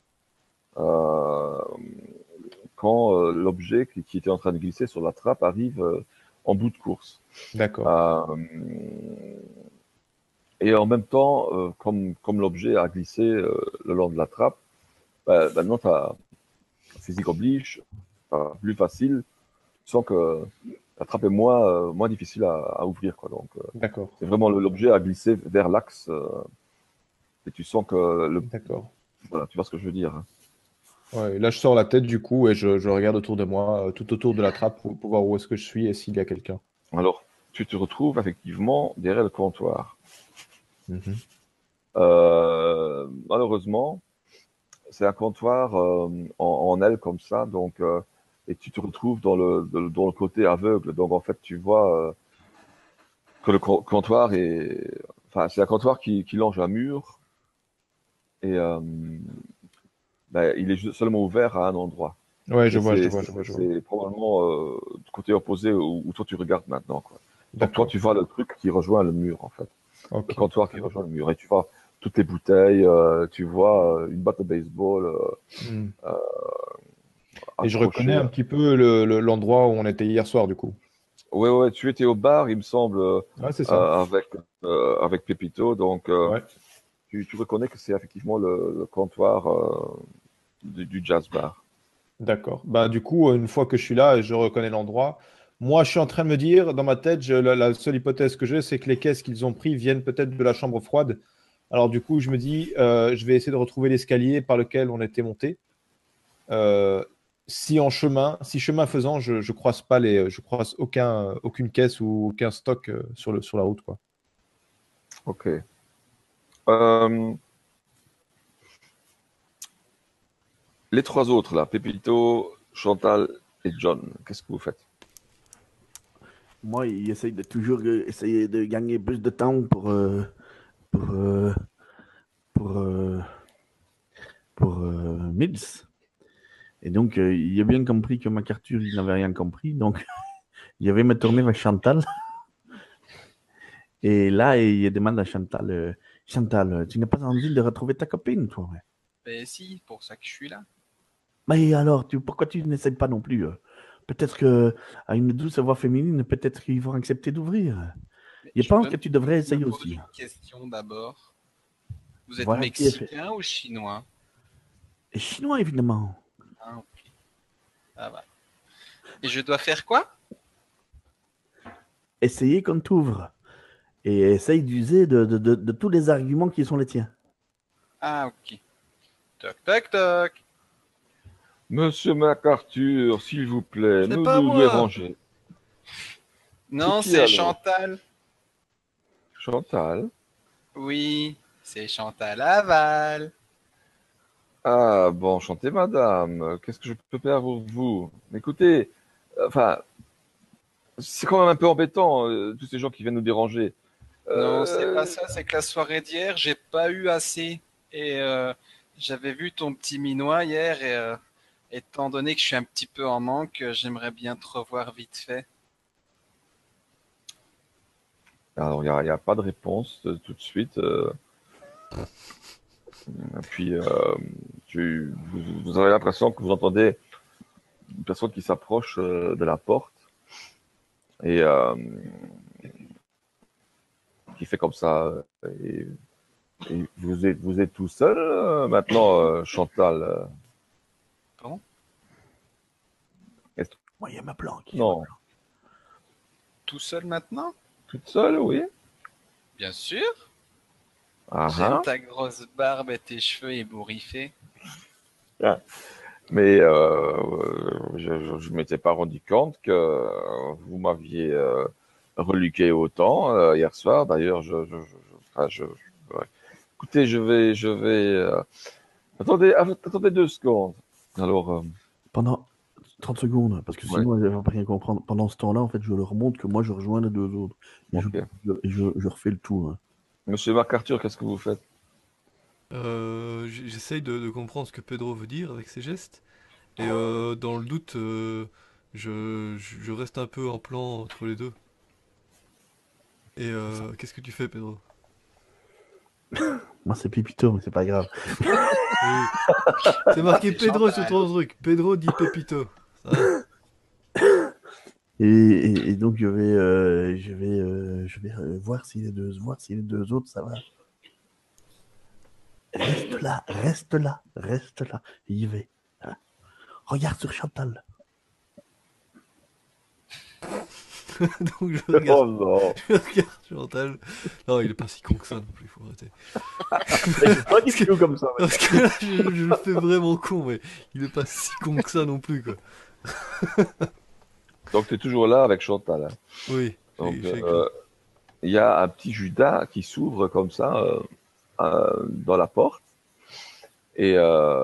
Speaker 4: euh, quand euh, l'objet qui, qui était en train de glisser sur la trappe arrive euh, en bout de course.
Speaker 5: D'accord.
Speaker 4: Euh, et en même temps, euh, comme, comme l'objet a glissé euh, le long de la trappe, bah, maintenant ta physique oblige, enfin, plus facile, tu sens que la trappe est moins, euh, moins difficile à, à ouvrir. Quoi. Donc, euh,
Speaker 5: D'accord.
Speaker 4: c'est vraiment le- l'objet à glisser vers l'axe euh, et tu sens que le,
Speaker 5: D'accord.
Speaker 4: voilà, tu vois ce que je veux dire. Hein.
Speaker 5: Ouais, là, je sors la tête du coup et je, je regarde autour de moi, euh, tout autour de la trappe pour, pour voir où est-ce que je suis et s'il y a quelqu'un.
Speaker 4: Alors, tu te retrouves effectivement derrière le comptoir.
Speaker 5: Mhm.
Speaker 4: Euh, malheureusement, c'est un comptoir euh, en, en L comme ça, donc euh, et tu te retrouves dans le, dans le dans le côté aveugle. Donc en fait, tu vois euh, que le co- comptoir est, enfin, c'est un comptoir qui, qui longe un mur et euh, ben, il est ju- seulement ouvert à un endroit.
Speaker 5: Ouais, je
Speaker 4: Et
Speaker 5: vois, je
Speaker 4: c'est
Speaker 5: vois,
Speaker 4: c'est-
Speaker 5: je vois, je vois.
Speaker 4: c'est probablement euh, du côté opposé où, où toi tu regardes maintenant, quoi. Donc toi,
Speaker 5: D'accord.
Speaker 4: tu vois le truc qui rejoint le mur, en fait. Le
Speaker 5: Ok,
Speaker 4: comptoir
Speaker 5: très
Speaker 4: qui
Speaker 5: bien.
Speaker 4: rejoint le mur. Et tu vois toutes les bouteilles, euh, tu vois euh, une batte de baseball euh,
Speaker 5: Hmm.
Speaker 4: euh,
Speaker 5: Et je reconnais
Speaker 4: accrochée.
Speaker 5: un petit peu le, le- l'endroit où on était hier soir du coup.
Speaker 4: Ouais, ouais, tu étais au bar, il me semble, euh,
Speaker 5: Ouais, c'est ça.
Speaker 4: avec, euh, avec Pepito. Donc, euh,
Speaker 5: Ouais.
Speaker 4: tu, tu reconnais que c'est effectivement le, le comptoir euh, du, du jazz bar.
Speaker 5: D'accord. Bah, du coup, une fois que je suis là, je reconnais l'endroit. Moi, je suis en train de me dire, dans ma tête, je- la, la seule hypothèse que j'ai, c'est que les caisses qu'ils ont pris viennent peut-être de la chambre froide. Alors, du coup, je me dis, euh, je vais essayer de retrouver l'escalier par lequel on était monté. Euh, si en chemin, si chemin faisant, je, je croise pas les, je croise aucun, aucune caisse ou aucun stock euh, sur le, sur la route, quoi.
Speaker 4: Ok. Euh, les trois autres, là, Pepito, Chantal et John, qu'est-ce que vous faites?
Speaker 1: Moi, il essaye de toujours euh, essayer de gagner plus de temps pour, euh, pour, euh, pour, euh, pour euh, Mills. Et donc, euh, il a bien compris que MacArthur, il n'avait rien compris. Donc, Je vais me tourner vers Chantal. Et là, il demande à Chantal, euh, Chantal, tu n'as pas envie de retrouver ta copine, toi? Ouais.
Speaker 3: Ben si, pour ça que je suis là.
Speaker 1: Mais alors, tu, pourquoi tu n'essayes pas non plus? euh Peut-être que à une douce voix féminine, peut-être qu'ils vont accepter d'ouvrir.
Speaker 3: Mais
Speaker 1: Je
Speaker 3: tu
Speaker 1: pense
Speaker 3: peux
Speaker 1: que tu devrais
Speaker 3: me
Speaker 1: essayer
Speaker 3: poser
Speaker 1: aussi.
Speaker 3: une question d'abord. Vous êtes
Speaker 1: Voilà qui est fait.
Speaker 3: mexicain ou chinois?
Speaker 1: Et chinois, évidemment.
Speaker 3: Ah, ok. Ça va. Et je dois faire quoi?
Speaker 1: Essayez qu'on t'ouvre. Et essaye d'user de, de, de, de tous les arguments qui sont les tiens.
Speaker 3: Ah, ok. Toc, toc, toc.
Speaker 4: Monsieur MacArthur, s'il vous plaît,
Speaker 2: C'est
Speaker 4: nous
Speaker 2: pas
Speaker 4: nous
Speaker 2: moi.
Speaker 4: déranger.
Speaker 3: Non,
Speaker 4: qui,
Speaker 3: c'est
Speaker 4: alors
Speaker 3: Chantal.
Speaker 4: Chantal.
Speaker 3: Oui, c'est Chantal Aval.
Speaker 4: Ah, bon, enchanté, madame. Qu'est-ce que je peux faire pour vous? Écoutez, euh, enfin, c'est quand même un peu embêtant, euh, tous ces gens qui viennent nous déranger.
Speaker 3: Non, c'est pas
Speaker 4: Euh,
Speaker 3: ça, c'est que la soirée d'hier, j'ai pas eu assez. Et euh, j'avais vu ton petit minois hier et euh, étant donné que je suis un petit peu en manque, euh, j'aimerais bien te revoir vite fait.
Speaker 4: alors, il n'y a, il y a pas de réponse euh, tout de suite. euh, et puis, euh, tu, vous, vous avez l'impression que vous entendez une personne qui s'approche euh, de la porte et euh, qui fait comme ça. euh, Et, et vous êtes, vous êtes tout seul euh, maintenant, euh, Chantal. euh,
Speaker 3: Bon,
Speaker 4: est-ce-
Speaker 1: Moi, il y a ma planque.
Speaker 4: Non,
Speaker 3: tout seul maintenant?
Speaker 4: toute seule, oui.
Speaker 3: Bien sûr.
Speaker 4: Ah,
Speaker 3: J'aime
Speaker 4: ah.
Speaker 3: ta grosse barbe et tes cheveux ébouriffés.
Speaker 4: Mais euh, je ne m'étais pas rendu compte que euh, vous m'aviez euh, reluqué autant euh, hier soir. D'ailleurs, je, je, je, je- enfin, je- je- ouais. Écoutez, je vais, je vais. euh, Attendez, av- attendez deux secondes. Alors, euh,
Speaker 1: Pendant trente secondes, parce que
Speaker 4: ouais,
Speaker 1: sinon, elle ne va pas rien comprendre. Pendant ce temps-là, en fait, je leur montre que moi, je rejoins les deux autres. Et je,
Speaker 4: ok.
Speaker 1: je, je, je refais le tour. Hein.
Speaker 4: Monsieur MacArthur, qu'est-ce que vous faites?
Speaker 2: Euh, j- j'essaye de, de comprendre ce que Pedro veut dire avec ses gestes. Et euh, dans le doute, euh, je, je je reste un peu en plan entre les deux. Et euh, qu'est-ce que tu fais, Pedro?
Speaker 1: Moi, c'est Pépito, mais c'est pas grave.
Speaker 2: Oui. C'est marqué
Speaker 3: C'est
Speaker 2: Pedro sur
Speaker 3: Chantal.
Speaker 2: ton truc. Pedro dit Pepito. Ça va.
Speaker 1: Et, et, et donc, je vais, euh, je vais, euh, je vais euh, voir si les deux, voir si les deux autres, ça va. Reste là, reste là, reste là. Et y vais. Hein. Regarde sur Chantal.
Speaker 2: Donc je
Speaker 4: Oh
Speaker 2: regarde,
Speaker 4: non!
Speaker 2: je regarde Chantal. Non, il est pas si con que ça non plus, faut arrêter.
Speaker 1: C'est toi qui
Speaker 2: Parce que,
Speaker 1: joues comme ça.
Speaker 2: parce que là, je, je le fais vraiment con, mais il est pas si con que ça non plus, quoi.
Speaker 4: Donc, tu es toujours là avec Chantal. Hein.
Speaker 2: Oui,
Speaker 4: Donc,
Speaker 2: j'ai j'ai écrit.
Speaker 4: euh, il y a un petit Judas qui s'ouvre comme ça euh, euh, dans la porte. Et euh,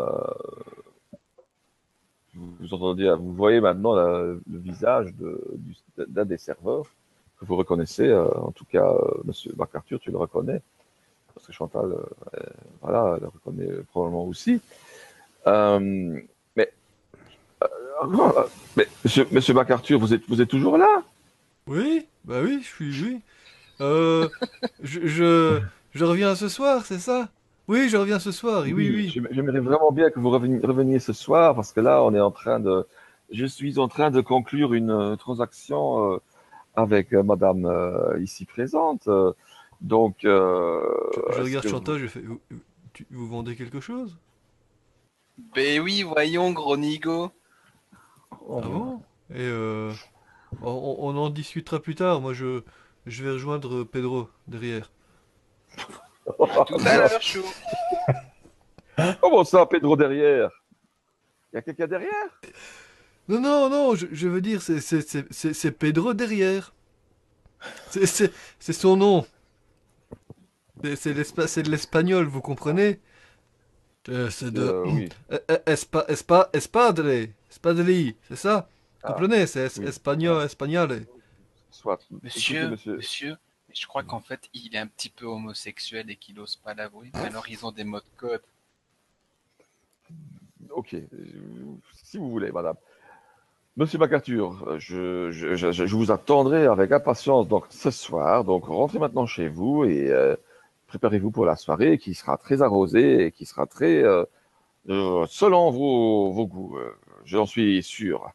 Speaker 4: vous, vous entendez, vous voyez maintenant la- le visage de- du- d'un des serveurs que vous reconnaissez. euh, en tout cas, euh, Monsieur MacArthur, tu le reconnais. Parce que Chantal, euh, elle- voilà, elle le reconnaît probablement aussi. Euh, mais, euh, mais monsieur, monsieur MacArthur, vous êtes, vous êtes toujours là?
Speaker 2: Oui, bah oui, je suis, oui. Euh, je, je, je reviens ce soir, c'est ça? Oui, je reviens ce soir, oui,
Speaker 4: Oui,
Speaker 2: oui.
Speaker 4: j'aim- j'aimerais vraiment bien que vous reveniez, reveniez ce soir parce que là, on est en train de, je suis en train de conclure une euh, transaction euh, avec euh, Madame euh, ici présente. Euh, donc, euh,
Speaker 2: Je, je
Speaker 4: est-ce
Speaker 2: regarde
Speaker 4: que vous...
Speaker 2: Chantal, je fais, vous, tu- vous vendez quelque chose?
Speaker 3: Ben oui, voyons, gros nigo.
Speaker 2: Ah bon? Et euh, on, on- on en discutera plus tard. Moi, je, je vais rejoindre Pedro derrière.
Speaker 3: À tout à l'heure, chou.
Speaker 4: Comment ça, Pedro derrière? Il y a quelqu'un derrière?
Speaker 2: Non, non, non, je, je veux dire, c'est c'est- c'est- c'est- c'est Pedro derrière. C'est c'est- c'est son nom. C'est c'est l'espa- c'est de l'espagnol, vous comprenez? Euh, C'est de...
Speaker 4: Euh, oui,
Speaker 2: Eh, eh, Espa, espa, espadre, espadri, c'est ça? Vous
Speaker 4: ah,
Speaker 2: comprenez? C'est es-
Speaker 4: oui,
Speaker 2: espagnol, espagnol.
Speaker 4: soit. Écoutez,
Speaker 3: Monsieur,
Speaker 4: monsieur,
Speaker 3: monsieur, je crois qu'en fait, il est un petit peu homosexuel et qu'il ose pas l'avouer. Alors, ils ont des mots de code.
Speaker 4: ok, euh, si vous voulez, madame. Monsieur MacArthur, je, je, je, je vous attendrai avec impatience donc ce soir. Donc rentrez maintenant chez vous et euh, préparez-vous pour la soirée qui sera très arrosée et qui sera très euh, euh, selon vos, vos goûts. Euh, J'en suis sûr.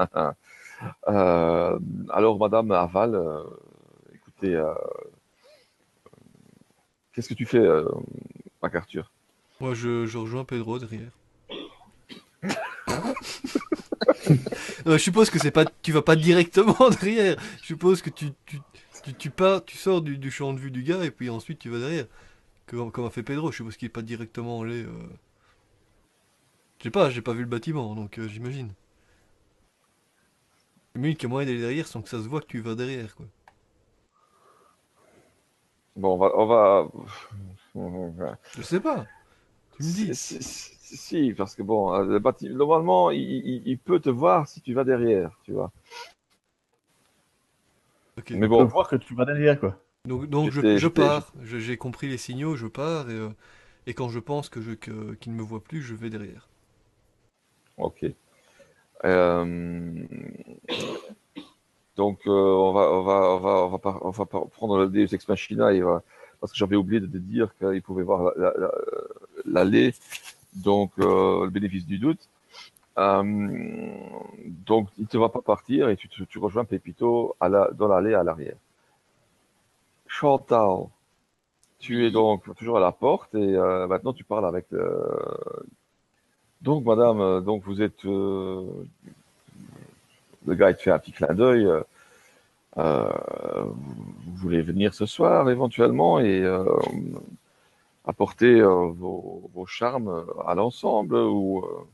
Speaker 4: Euh, alors, Madame Aval, euh, écoutez, euh, qu'est-ce que tu fais, euh, MacArthur?
Speaker 2: Moi, je, je rejoins Pedro derrière. Non, je suppose que c'est pas, tu vas pas directement derrière. Je suppose que tu, tu, tu, tu pars, tu sors du, du champ de vue du gars et puis ensuite tu vas derrière. Comme, comme a fait Pedro. Je suppose qu'il est pas directement allé. Euh... Je sais pas, j'ai pas vu le bâtiment, donc euh, j'imagine. Mais il y a moyen d'aller derrière sans que ça se voit que tu vas derrière, quoi.
Speaker 4: Bon, on va, on va...
Speaker 2: Je sais pas. Tu me
Speaker 4: Si,
Speaker 2: dis.
Speaker 4: si, si, si, parce que bon, euh, le bâti- normalement, il, il- il peut te voir si tu vas derrière, tu vois.
Speaker 2: Ok.
Speaker 4: Mais
Speaker 1: On peut
Speaker 4: bon,
Speaker 1: voir que tu vas derrière, quoi.
Speaker 2: Donc, donc je,
Speaker 4: j'étais,
Speaker 2: je
Speaker 4: j'étais,
Speaker 2: pars. Je- J'ai compris les signaux, je pars et, euh, et quand je pense que je que, qu'il ne me voit plus, je vais derrière.
Speaker 4: ok. Euh, donc, euh, on va, on va, on va, on va, pas- on va pas prendre le Deus Ex Machina et va- parce que j'avais oublié de te dire qu'il pouvait voir la- la- la- l'allée, donc euh, le bénéfice du doute. Euh, donc, il ne va pas partir et tu, tu, tu rejoins Pépito à la, dans l'allée à l'arrière. Chantal, tu es
Speaker 3: Oui.
Speaker 4: donc toujours à la porte et euh, maintenant tu parles avec. euh, Donc, madame, euh, donc vous êtes. euh, Le gars, il te fait un petit clin d'œil. euh, euh, vous voulez venir ce soir éventuellement et euh, apporter euh, vos, vos charmes à l'ensemble ou. euh,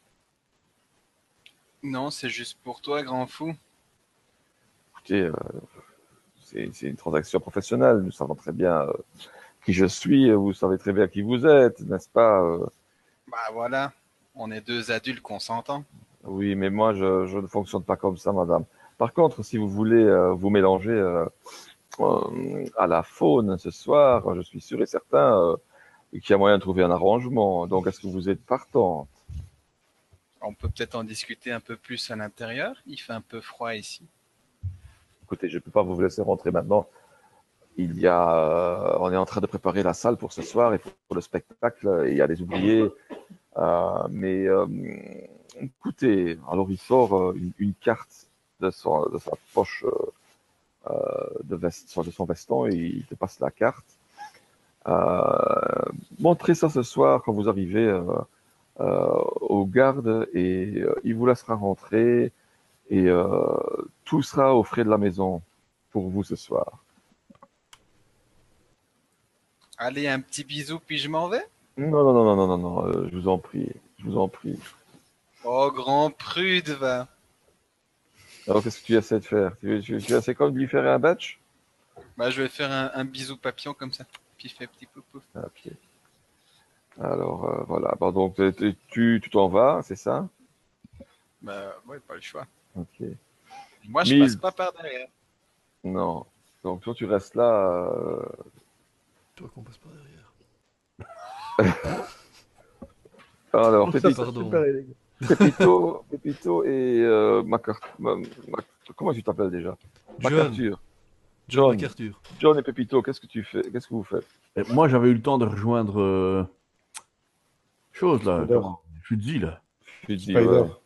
Speaker 3: Non, c'est juste pour toi, grand fou.
Speaker 4: Écoutez, euh, c'est c'est une transaction professionnelle. Nous savons très bien euh, qui je suis. Vous savez très bien qui vous êtes, n'est-ce pas? euh,
Speaker 3: Bah voilà, on est deux adultes consentants.
Speaker 4: Oui, mais moi, je, je ne fonctionne pas comme ça, madame. Par contre, si vous voulez euh, vous mélanger euh, euh, à la faune ce soir, je suis sûr et certain euh, qu'il y a moyen de trouver un arrangement. Donc, est-ce que vous êtes partant?
Speaker 3: On peut peut-être en discuter un peu plus à l'intérieur. Il fait un peu froid ici.
Speaker 4: Écoutez, je ne peux pas vous laisser rentrer maintenant. Il y a, euh, on est en train de préparer la salle pour ce soir et pour, pour le spectacle. Et il y a des ouvriers. Euh, mais euh, écoutez, alors il sort euh, une, une carte de, son, de sa poche euh, de, veste, de son veston et il te passe la carte. Euh, montrez ça ce soir quand vous arrivez euh, euh, au garde et euh, il vous laissera rentrer et euh, tout sera aux frais de la maison pour vous ce soir.
Speaker 3: Allez, un petit bisou, puis je m'en vais.
Speaker 4: Non, non, non, non, non, non, non, euh, je vous en prie, je vous en prie.
Speaker 3: Oh, grand prude, va.
Speaker 4: Alors qu'est-ce que tu essaies de faire? Tu, tu, tu essaies comme de lui faire un batch?
Speaker 3: Bah, je vais faire un, un bisou papillon comme ça. Puis il fait petit poupou.
Speaker 4: Ok. Alors euh, voilà, bon, donc tu tu tu t'en vas, c'est ça?
Speaker 3: Bah, ouais, pas le choix.
Speaker 4: Ok.
Speaker 3: Moi, je passe
Speaker 4: Mille.
Speaker 3: pas par derrière.
Speaker 4: Non. Donc toi tu restes là. euh,
Speaker 2: Toi qu'on passe par derrière.
Speaker 4: Alors
Speaker 1: Ça,
Speaker 4: Pépito,
Speaker 1: c'est
Speaker 2: Pardon.
Speaker 1: super élégant.
Speaker 4: Pépito, Pépito et euh, Macar- Ma- Ma- comment tu t'appelles déjà?
Speaker 2: John.
Speaker 4: MacArthur.
Speaker 2: John
Speaker 4: John.
Speaker 2: MacArthur.
Speaker 4: John et Pépito, qu'est-ce que tu fais? Qu'est-ce que vous faites?
Speaker 1: Et moi, j'avais eu le temps de rejoindre euh, chose là,
Speaker 5: Spider.
Speaker 1: comment je te dis là.
Speaker 4: Je dis
Speaker 5: Spider.
Speaker 4: ouais.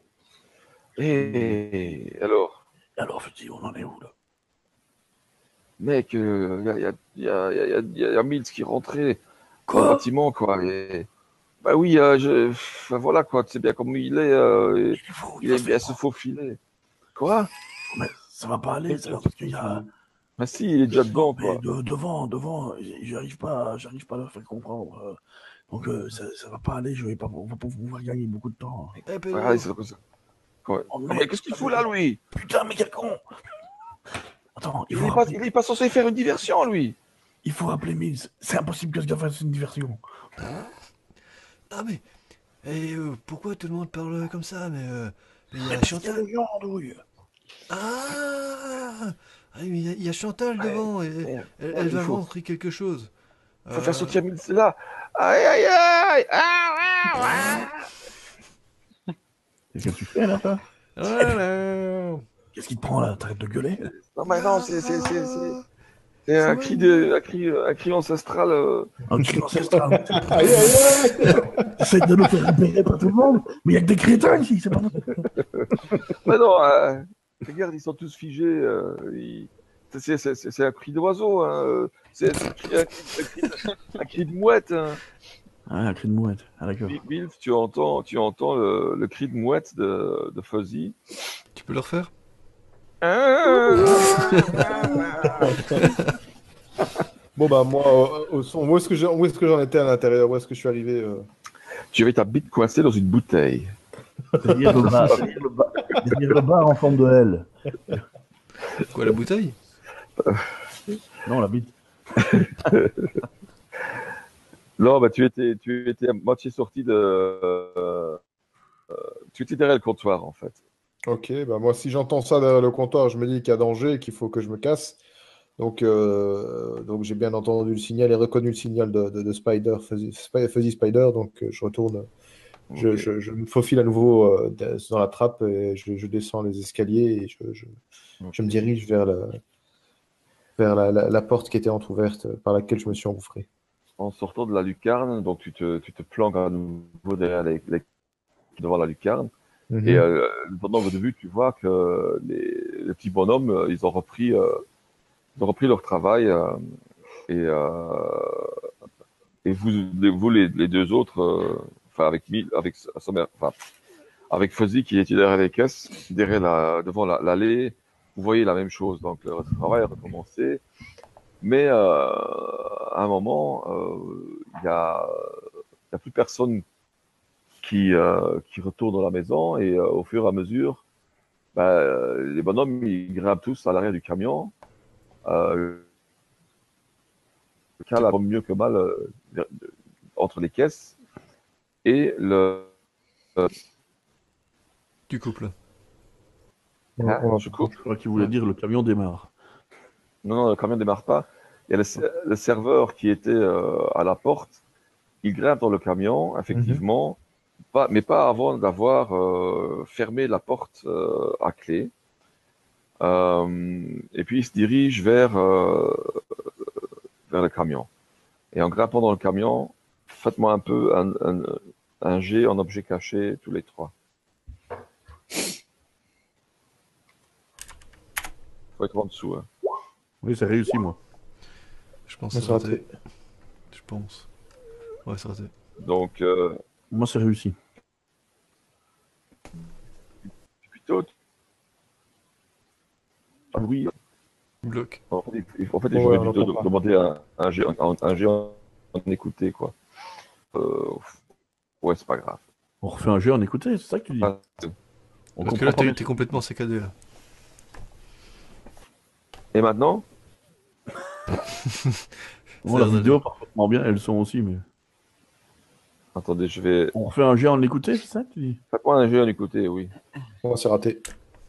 Speaker 4: Et alors,
Speaker 1: Et alors, je te dis, on en est où là?
Speaker 4: mec, il euh, y, a, y, a, y, a, y, a, y a y a Mills qui est rentré dans le
Speaker 1: Quoi?
Speaker 4: bâtiment quoi. Et bah oui, euh, je, enfin, voilà quoi. Tu sais bien comme il est. euh, et
Speaker 1: Il faut,
Speaker 4: il aime bien se faufiler. Quoi?
Speaker 1: Mais ça va pas aller, ça, parce qu'il y a.
Speaker 4: Bah si, il est déjà dedans
Speaker 1: Non, mais
Speaker 4: quoi.
Speaker 1: de- devant, devant, j'arrive pas, j'arrive pas à leur faire comprendre. euh. Donc euh, ça, ça va pas aller, je vais pas, on va pas pouvoir gagner beaucoup de temps.
Speaker 2: Eh Pedro.
Speaker 4: Ouais, c'est comme ça. Quoi.
Speaker 1: Oh,
Speaker 4: Ah, mais
Speaker 1: mec,
Speaker 4: qu'est-ce qu'il fout là, lui?
Speaker 1: Putain, mais quel con! Attends, il
Speaker 4: Il
Speaker 1: faut,
Speaker 4: est pas,
Speaker 1: rappeler,
Speaker 4: il est pas censé faire une diversion, lui.
Speaker 1: il faut rappeler Mills. C'est impossible que ce gars fasse une diversion.
Speaker 2: Ah mais. Et euh, pourquoi tout le monde parle comme ça? Mais euh, mais il y
Speaker 1: Mais
Speaker 2: a
Speaker 1: parce qu'il y a
Speaker 2: Chantal.
Speaker 1: des gens, douille.
Speaker 2: Ah, ah oui, mais il y a- il y, a Chantal
Speaker 4: Ouais,
Speaker 2: devant et
Speaker 4: merde.
Speaker 2: elle,
Speaker 4: Ouais,
Speaker 2: elle
Speaker 4: il
Speaker 2: va
Speaker 4: faut,
Speaker 2: montrer quelque chose.
Speaker 4: faut faire
Speaker 2: Euh,
Speaker 4: sortir Mills là. Aïe, aïe, aïe. Ah, ah, ah.
Speaker 1: Qu'est-ce que tu fais là, toi?
Speaker 2: Voilà.
Speaker 1: Qu'est-ce qui te prend là? T'arrêtes de gueuler?
Speaker 4: Non, mais non, c'est c'est- c'est- c'est- c'est un cri, de, un, cri, un cri ancestral. euh.
Speaker 1: Un cri ancestral.
Speaker 5: Aïe, aïe, aïe.
Speaker 1: T'essayes de nous faire repérer par tout le monde, mais il n'y a que des crétins ici, c'est pas notre...
Speaker 4: Mais non, euh, regarde, ils sont tous figés. euh, ils- c'est- c'est c'est- c'est un cri d'oiseau. Hein. euh, C'est c'est un, cri- un cri- un cri de- un cri de mouette. Hein.
Speaker 1: Ah, un cri de mouette. Ah, d'accord.
Speaker 4: Bi- Bilf, tu entends, tu entends le, le cri de mouette de, de Fuzzy.
Speaker 2: Tu peux le refaire?
Speaker 5: Bon, bah, moi, au, au son, où est-ce que j'ai- où est-ce que j'en étais à l'intérieur? Où est-ce que je suis arrivé euh
Speaker 4: Tu avais ta bite coincée dans une bouteille.
Speaker 1: Derrière le bar, derrière le bar, derrière le bar en forme de L.
Speaker 2: Quoi, la bouteille?
Speaker 1: Non, la bite.
Speaker 4: Non, bah, tu étais, tu étais à moitié sorti de. euh, tu étais derrière le comptoir, en fait.
Speaker 5: Ok, bah moi, si j'entends ça derrière le comptoir, je me dis qu'il y a danger, qu'il faut que je me casse. Donc, euh, donc j'ai bien entendu le signal et reconnu le signal de, de, de Spider, Fuzzy, Sp- Fuzzy Spider. Donc, euh, je retourne, je,
Speaker 4: Ok.
Speaker 5: je, je me faufile à nouveau euh, d- dans la trappe et je, je descends les escaliers et je, je, je me dirige vers, la, vers la, la, la porte qui était entrouverte par laquelle je me suis engouffré.
Speaker 4: En sortant de la lucarne, donc tu te, tu te planques à nouveau derrière les, les- devant la lucarne.
Speaker 5: Mhm.
Speaker 4: Et euh, pendant votre vue, tu vois que les, les petits bonhommes, euh, ils ont repris, euh, ils ont repris leur travail. euh, et, euh, et vous, les, vous les, les deux autres, euh, enfin avec Mil- avec Sommer- enfin avec Fuzzy qui était derrière les caisses, derrière la, devant la- l'allée, vous voyez la même chose. Donc le travail a recommencé. Mais euh, à un moment, euh, il y a, il y a plus personne qui, euh, qui retourne dans la maison et euh, au fur et à mesure, bah, euh, les bonhommes ils grimpent tous à l'arrière du camion. Euh, le cas là, mieux que mal euh, entre les caisses et le.
Speaker 2: Du couple.
Speaker 5: On-
Speaker 4: Ah,
Speaker 5: on va-
Speaker 4: je coupe.
Speaker 1: Je crois qu'il voulait dire le camion démarre.
Speaker 4: Non, non, le camion ne démarre pas. Il y a le, le serveur qui était euh, à la porte. Il grimpe dans le camion, effectivement, pas, mais pas avant d'avoir euh, fermé la porte euh, à clé. Euh, et puis il se dirige vers, euh, vers le camion. Et en grimpant dans le camion, faites-moi un peu un, un, un jet en objet caché tous les trois. Faut être en dessous. Hein.
Speaker 1: Oui, c'est réussi, moi.
Speaker 2: Je pense
Speaker 5: Mais
Speaker 2: que
Speaker 5: c'est
Speaker 2: c'est raté. Je pense. Ouais, c'est raté.
Speaker 4: Donc, euh,
Speaker 1: Moi, c'est réussi.
Speaker 4: plutôt. Ah oui,
Speaker 2: Bloc.
Speaker 4: en fait, il, en fait,
Speaker 5: Ouais,
Speaker 4: j'aurais
Speaker 5: on
Speaker 4: dû
Speaker 5: l'entend pas.
Speaker 4: demander un, un jet en, un jet en, en écouté, quoi. Euh, ouais, c'est pas grave.
Speaker 1: On refait un jeu en écouter, c'est ça que tu dis?
Speaker 4: Ah,
Speaker 1: On
Speaker 2: Parce que
Speaker 1: comprend
Speaker 2: là,
Speaker 1: pas
Speaker 2: t'es
Speaker 1: bien.
Speaker 2: t'es complètement saccadé, là.
Speaker 4: Et maintenant?
Speaker 1: Bon, la
Speaker 2: Ça,
Speaker 1: vidéo, parfaitement bien, elles sont aussi, mais...
Speaker 4: Attendez, je vais.
Speaker 1: On refait un jeu en écouter, c'est ça que tu dis?
Speaker 4: Faites-moi un jet en écouté, oui.
Speaker 5: Bon, c'est raté.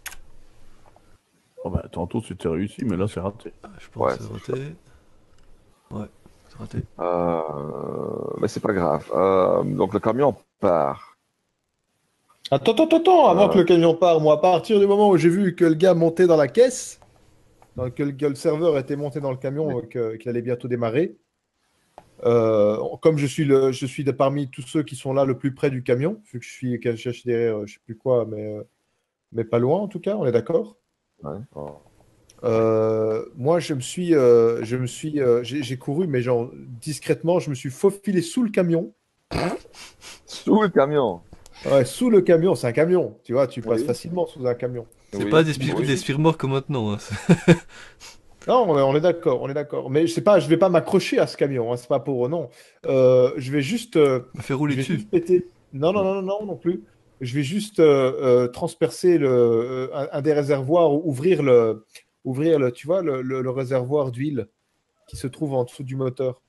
Speaker 1: Oh bah, tantôt, c'était réussi, mais là, c'est raté.
Speaker 2: Je pense
Speaker 4: Ouais,
Speaker 2: que c'est raté. Ouais, c'est raté.
Speaker 4: Euh, mais c'est pas grave. Euh, donc le camion part.
Speaker 5: Attends, attends, attends, avant
Speaker 4: Euh.
Speaker 5: que le camion parte, moi, à partir du moment où j'ai vu que le gars montait dans la caisse, donc que le, que le serveur était monté dans le camion,
Speaker 4: Oui.
Speaker 5: euh, que- qu'il allait bientôt démarrer, euh, comme je suis, le, je suis de parmi tous ceux qui sont là le plus près du camion, vu que je suis caché derrière, euh, je sais plus quoi, mais, euh, mais pas loin en tout cas, on est d'accord.
Speaker 4: Ouais. Oh.
Speaker 5: Euh, moi, je me suis, euh, je me suis, euh, j'ai j'ai couru, mais genre discrètement, je me suis faufilé sous le camion.
Speaker 4: Sous le camion.
Speaker 5: Ouais, sous le camion, c'est un camion, tu vois, tu passes
Speaker 4: Oui.
Speaker 5: facilement sous un camion.
Speaker 2: C'est
Speaker 4: Oui.
Speaker 2: pas des, spir
Speaker 4: Oui.
Speaker 2: des spires comme maintenant. Hein.
Speaker 5: Non, on est, on est d'accord, on est d'accord. Mais je sais pas, je vais pas m'accrocher à ce camion, hein, c'est pas pour non. Euh, je vais juste, euh,
Speaker 2: Me faire
Speaker 5: je
Speaker 2: rouler
Speaker 5: vais
Speaker 2: dessus.
Speaker 5: juste péter. Non, non, non, non, non, non plus. Je vais juste euh, euh, transpercer le, euh, un, un des réservoirs, ou ouvrir le, ouvrir le, tu vois, le, le- le réservoir d'huile qui se trouve en dessous du moteur.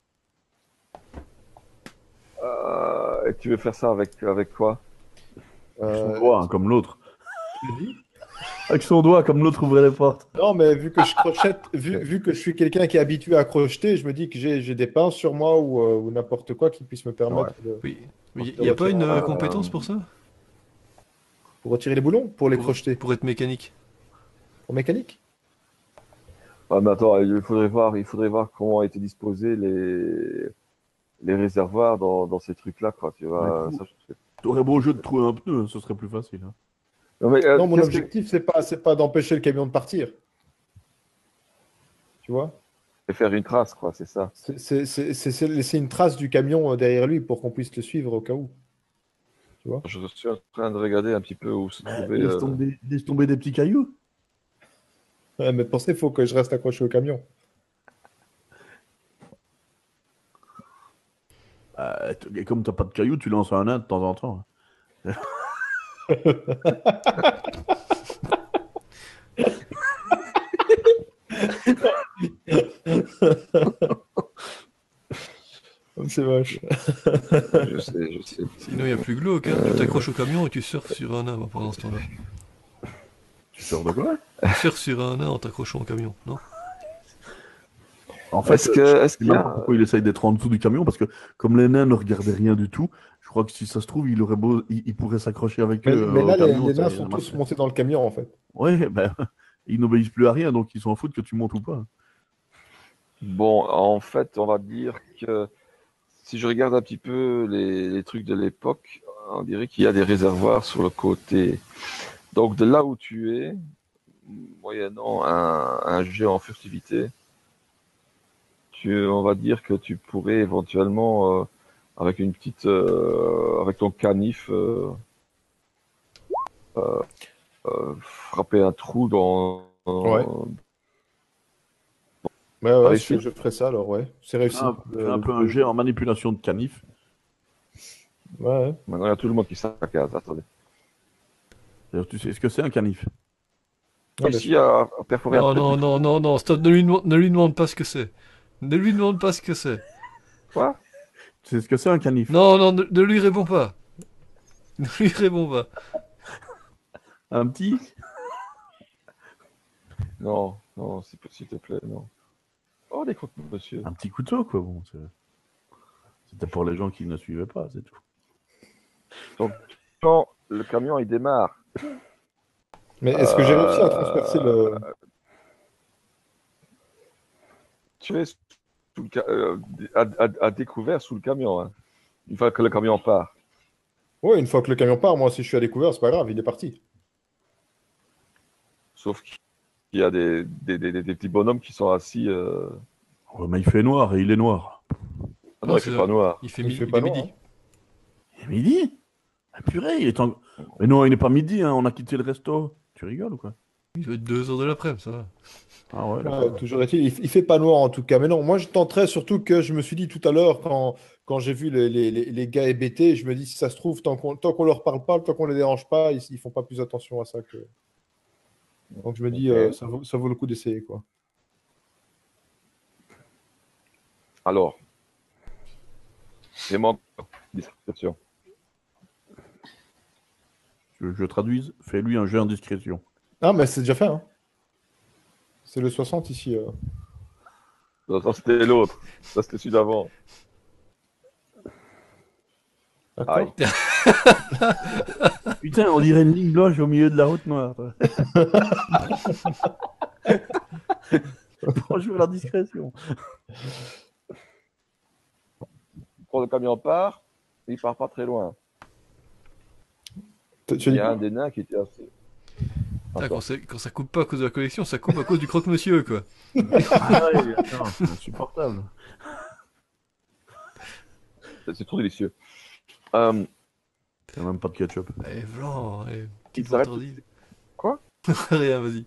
Speaker 4: Euh, et tu veux faire ça avec, avec quoi?
Speaker 1: Avec son
Speaker 5: Euh,
Speaker 1: doigt, hein, comme l'autre.
Speaker 5: tu dis
Speaker 1: Avec son doigt, comme l'autre ouvrait les portes.
Speaker 5: Non, mais vu que je crochette, vu, vu que je suis quelqu'un qui est habitué à crocheter, je me dis que j'ai j'ai des pinces sur moi ou, euh, ou n'importe quoi qui puisse me permettre de.
Speaker 2: Oui. Il n'y a pas une euh, compétence pour ça?
Speaker 5: Pour retirer les boulons, pour les
Speaker 2: pour,
Speaker 5: crocheter,
Speaker 2: pour être mécanique.
Speaker 5: pour mécanique.
Speaker 4: Ah, mais attends, il faudrait voir, il faudrait voir comment ont été disposés les, les réservoirs dans, dans ces trucs-là, quoi. Tu vois,
Speaker 1: Ouais,
Speaker 4: ça, je sais.
Speaker 1: T'aurais beau jeu de trouver un pneu, ce serait plus facile. Hein.
Speaker 4: Non, mais, euh,
Speaker 5: Non, mon
Speaker 4: qu'est-ce que-
Speaker 5: objectif, c'est pas, c'est pas d'empêcher le camion de partir. Tu vois?
Speaker 4: c'est faire une trace, quoi, c'est ça.
Speaker 5: C'est c'est- c'est- c'est- c'est laisser une trace du camion euh, derrière lui pour qu'on puisse le suivre au cas où. Tu vois?
Speaker 4: Je suis en train de regarder un petit peu où se
Speaker 1: Bah,
Speaker 4: trouvait.
Speaker 1: laisse,
Speaker 4: euh,
Speaker 1: tomber, laisse tomber des petits cailloux.
Speaker 5: Ouais, mais pour ça, il faut que je reste accroché au camion.
Speaker 1: Bah, t- et comme t'as pas de cailloux, tu lances un nain de temps en temps.
Speaker 5: C'est moche.
Speaker 4: Je sais, je sais.
Speaker 2: Sinon, il y a plus glauque. Hein. Tu t'accroches au camion et tu surfes sur un nain moi, pendant ce temps-là.
Speaker 1: Tu sors de quoi?
Speaker 2: Tu surfes sur un nain en t'accrochant au camion, non?
Speaker 1: En fait,
Speaker 4: Est-ce que, est-ce
Speaker 1: je
Speaker 4: qu'il
Speaker 1: sais
Speaker 4: y
Speaker 1: même pas
Speaker 4: a,
Speaker 1: pourquoi il essaye d'être en dessous du camion, parce que comme les nains ne regardaient rien du tout, je crois que si ça se trouve, il aurait beau, il, il pourrait s'accrocher avec
Speaker 5: Mais,
Speaker 1: eux
Speaker 5: mais
Speaker 1: euh,
Speaker 5: là,
Speaker 1: au
Speaker 5: les,
Speaker 1: camion.
Speaker 5: les
Speaker 1: ça
Speaker 5: nains
Speaker 1: les
Speaker 5: sont tous
Speaker 1: ramasserait.
Speaker 5: montés dans le camion, en fait.
Speaker 1: Ouais, ben, ils n'obéissent plus à rien, donc ils s'en foutent que tu montes ou pas.
Speaker 4: bon, en fait, on va dire que si je regarde un petit peu les, les trucs de l'époque, on dirait qu'il y a des réservoirs sur le côté. Donc, de là où tu es, moyennant un, un jet en furtivité, tu, on va dire que tu pourrais éventuellement, euh, avec une petite, euh, avec ton canif, euh, euh, euh, frapper un trou dans. dans-
Speaker 5: Ouais. Ouais, ouais,
Speaker 4: Réussi.
Speaker 5: je, je ferai ça alors, ouais. C'est réussi.
Speaker 1: Fais un, fais un
Speaker 5: Euh,
Speaker 1: peu un jet en manipulation de canif.
Speaker 5: Ouais, ouais.
Speaker 4: Maintenant, il y a tout le monde qui saccade. Attendez.
Speaker 1: D'ailleurs, tu sais ce que c'est un canif?
Speaker 5: Ouais, bien
Speaker 4: Ici,
Speaker 5: sûr.
Speaker 4: à, à perforer un
Speaker 2: Non,
Speaker 4: peu.
Speaker 2: non, non, non, non, stop, ne lui, demo- ne lui demande pas ce que c'est. Ne lui demande pas ce que c'est.
Speaker 4: Quoi?
Speaker 1: Tu sais ce que c'est un canif?
Speaker 2: Non, non, ne, ne lui réponds pas. Ne lui réponds pas.
Speaker 1: Un petit?
Speaker 4: Non, non, s'il s'il te plaît, non. Oh, des croque monsieur.
Speaker 1: Un petit couteau, quoi. Bon, c'est- c'était pour les gens qui ne suivaient pas, c'est tout.
Speaker 4: Quand le camion il démarre,
Speaker 5: Mais est-ce que j'ai réussi à transpercer le.
Speaker 4: tu es sous le ca- euh, à, à- à découvert sous le camion, hein, une fois que le camion part.
Speaker 5: Ouais, une fois que le camion part, moi, si je suis à découvert, c'est pas grave, il est parti.
Speaker 4: Sauf qu'il y a des, des, des- des petits bonhommes qui sont assis. Euh...
Speaker 1: Ouais, mais il fait noir et il est noir.
Speaker 4: Ah non,
Speaker 2: Non,
Speaker 4: il fait
Speaker 2: c'est-
Speaker 4: pas noir.
Speaker 2: Il fait,
Speaker 5: Il
Speaker 2: mi-
Speaker 5: fait
Speaker 2: il
Speaker 5: pas
Speaker 2: est
Speaker 5: noir,
Speaker 2: midi.
Speaker 5: hein.
Speaker 1: Il est midi? Ah purée, il est en... Mais non, il n'est pas midi, hein, on a quitté le resto. Tu rigoles ou quoi?
Speaker 2: Il doit être deux heures de l'après-midi, ça va.
Speaker 1: Ah ouais,
Speaker 5: Ouais,
Speaker 1: d'accord.
Speaker 5: toujours est-il, il, il fait pas noir en tout cas. Mais non, moi je tenterais surtout que je me suis dit tout à l'heure quand, quand j'ai vu les, les, les, les gars hébétés, je me dis si ça se trouve, tant qu'on tant qu'on leur parle pas, tant qu'on les dérange pas, ils, ils font pas plus attention à ça que. Donc je me dis
Speaker 4: Ok.
Speaker 5: euh, ça, vaut, ça vaut le coup d'essayer quoi.
Speaker 4: Alors, vraiment, discrétion.
Speaker 1: Je, je traduise, fais-lui un jeu en discrétion.
Speaker 5: Ah mais c'est déjà fait hein. C'est le soixante ici. euh.
Speaker 4: Non, ça, c'était l'autre. Ça, c'était celui d'avant. Aïe.
Speaker 5: D'accord.
Speaker 1: Putain, on dirait une ligne blanche au milieu de la route noire. toi. Faut jouer la discrétion.
Speaker 4: Quand le camion part, il part pas très loin.
Speaker 5: Tu- tu
Speaker 4: Il
Speaker 5: dis
Speaker 4: y a
Speaker 5: quoi
Speaker 4: un des nains qui était assis.
Speaker 2: Putain,
Speaker 4: Attends.
Speaker 2: quand, c'est- quand ça coupe pas à cause de la collection, ça coupe à cause du croque-monsieur, quoi.
Speaker 1: Ah ouais, attends, c'est insupportable.
Speaker 4: C'est c'est trop délicieux. Euh,
Speaker 1: T'as même pas de ketchup.
Speaker 2: Eh, blanc, eh,
Speaker 4: Il
Speaker 2: petite
Speaker 4: s'arrête.
Speaker 2: vantardise.
Speaker 4: Quoi?
Speaker 2: Rien, vas-y.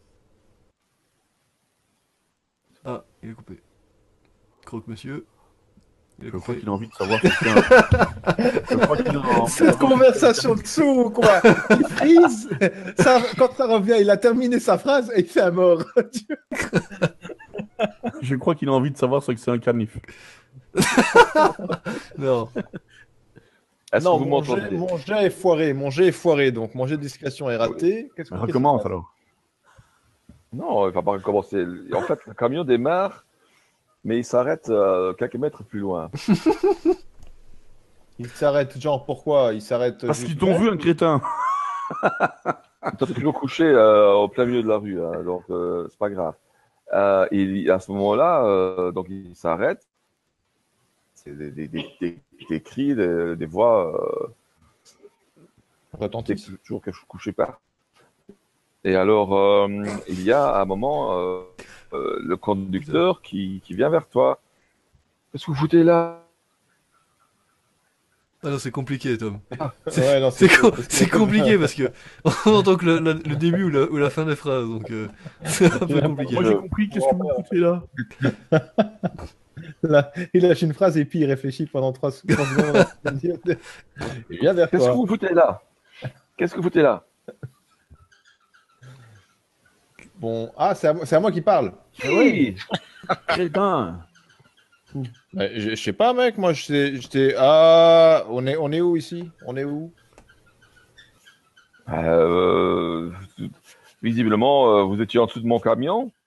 Speaker 2: Ah, il est coupé. Croque-monsieur. Il est
Speaker 1: Je crois
Speaker 2: coupé.
Speaker 1: qu'il a envie de savoir si c'est un... Je crois qu'il a envie de
Speaker 5: Cette
Speaker 1: savoir-
Speaker 5: conversation de sourd, quoi. Il frise. Ça, quand ça revient, il a terminé sa phrase et il fait un mort.
Speaker 1: Je crois qu'il a envie de savoir ce que c'est un canif.
Speaker 2: Non.
Speaker 4: Est-ce
Speaker 5: Non,
Speaker 4: que vous
Speaker 5: mon jet,
Speaker 4: m'entendez?
Speaker 5: mon jet est foiré. Mon jet est foiré. Donc, mon jet de discrétion est raté. Qu'est-ce
Speaker 1: Mais
Speaker 5: qu'est-ce qui
Speaker 1: recommence
Speaker 5: se passe
Speaker 1: alors.
Speaker 4: Non, il va pas recommencer. En fait, le camion démarre, mais il s'arrête euh, quelques mètres plus loin.
Speaker 5: Il s'arrête, genre, pourquoi? Il s'arrête.
Speaker 1: Parce
Speaker 5: juste
Speaker 1: qu'ils t'ont
Speaker 5: net
Speaker 1: vu un crétin.
Speaker 4: Toi, t'es toujours couché euh, au plein milieu de la rue, hein, donc euh, c'est pas grave. Euh, et à ce moment-là, euh, donc il s'arrête. C'est des, des, des, des, des cris, des, des voix. Euh, t'es
Speaker 5: Retentisse.
Speaker 4: toujours couché par. Et alors, euh, il y a à un moment euh, euh, le conducteur qui, qui vient vers toi. Qu'est-ce que vous foutez là?
Speaker 2: Ah non, c'est compliqué, Tom. C'est
Speaker 5: Ouais, non,
Speaker 2: c'est com-
Speaker 5: parce que-
Speaker 2: c'est compliqué parce que on entend que le, la- le début ou la, ou la fin des phrases, donc euh, c'est un peu compliqué.
Speaker 1: Moi j'ai compris, qu'est-ce que vous foutez là?
Speaker 5: Là, il lâche une phrase et puis il réfléchit pendant trois trois secondes. Il vient vers
Speaker 4: Qu'est-ce que
Speaker 5: toi.
Speaker 4: vous foutez là? Qu'est-ce que vous foutez là?
Speaker 5: Bon, ah, c'est à, moi- c'est à moi qui parle.
Speaker 4: Oui.
Speaker 1: Crétin!
Speaker 5: Ouais, je, je sais pas, mec. Moi, j'étais, j'étais. Ah, on est, on est où ici? On est où?
Speaker 4: Euh, visiblement, euh, vous étiez en dessous de mon camion.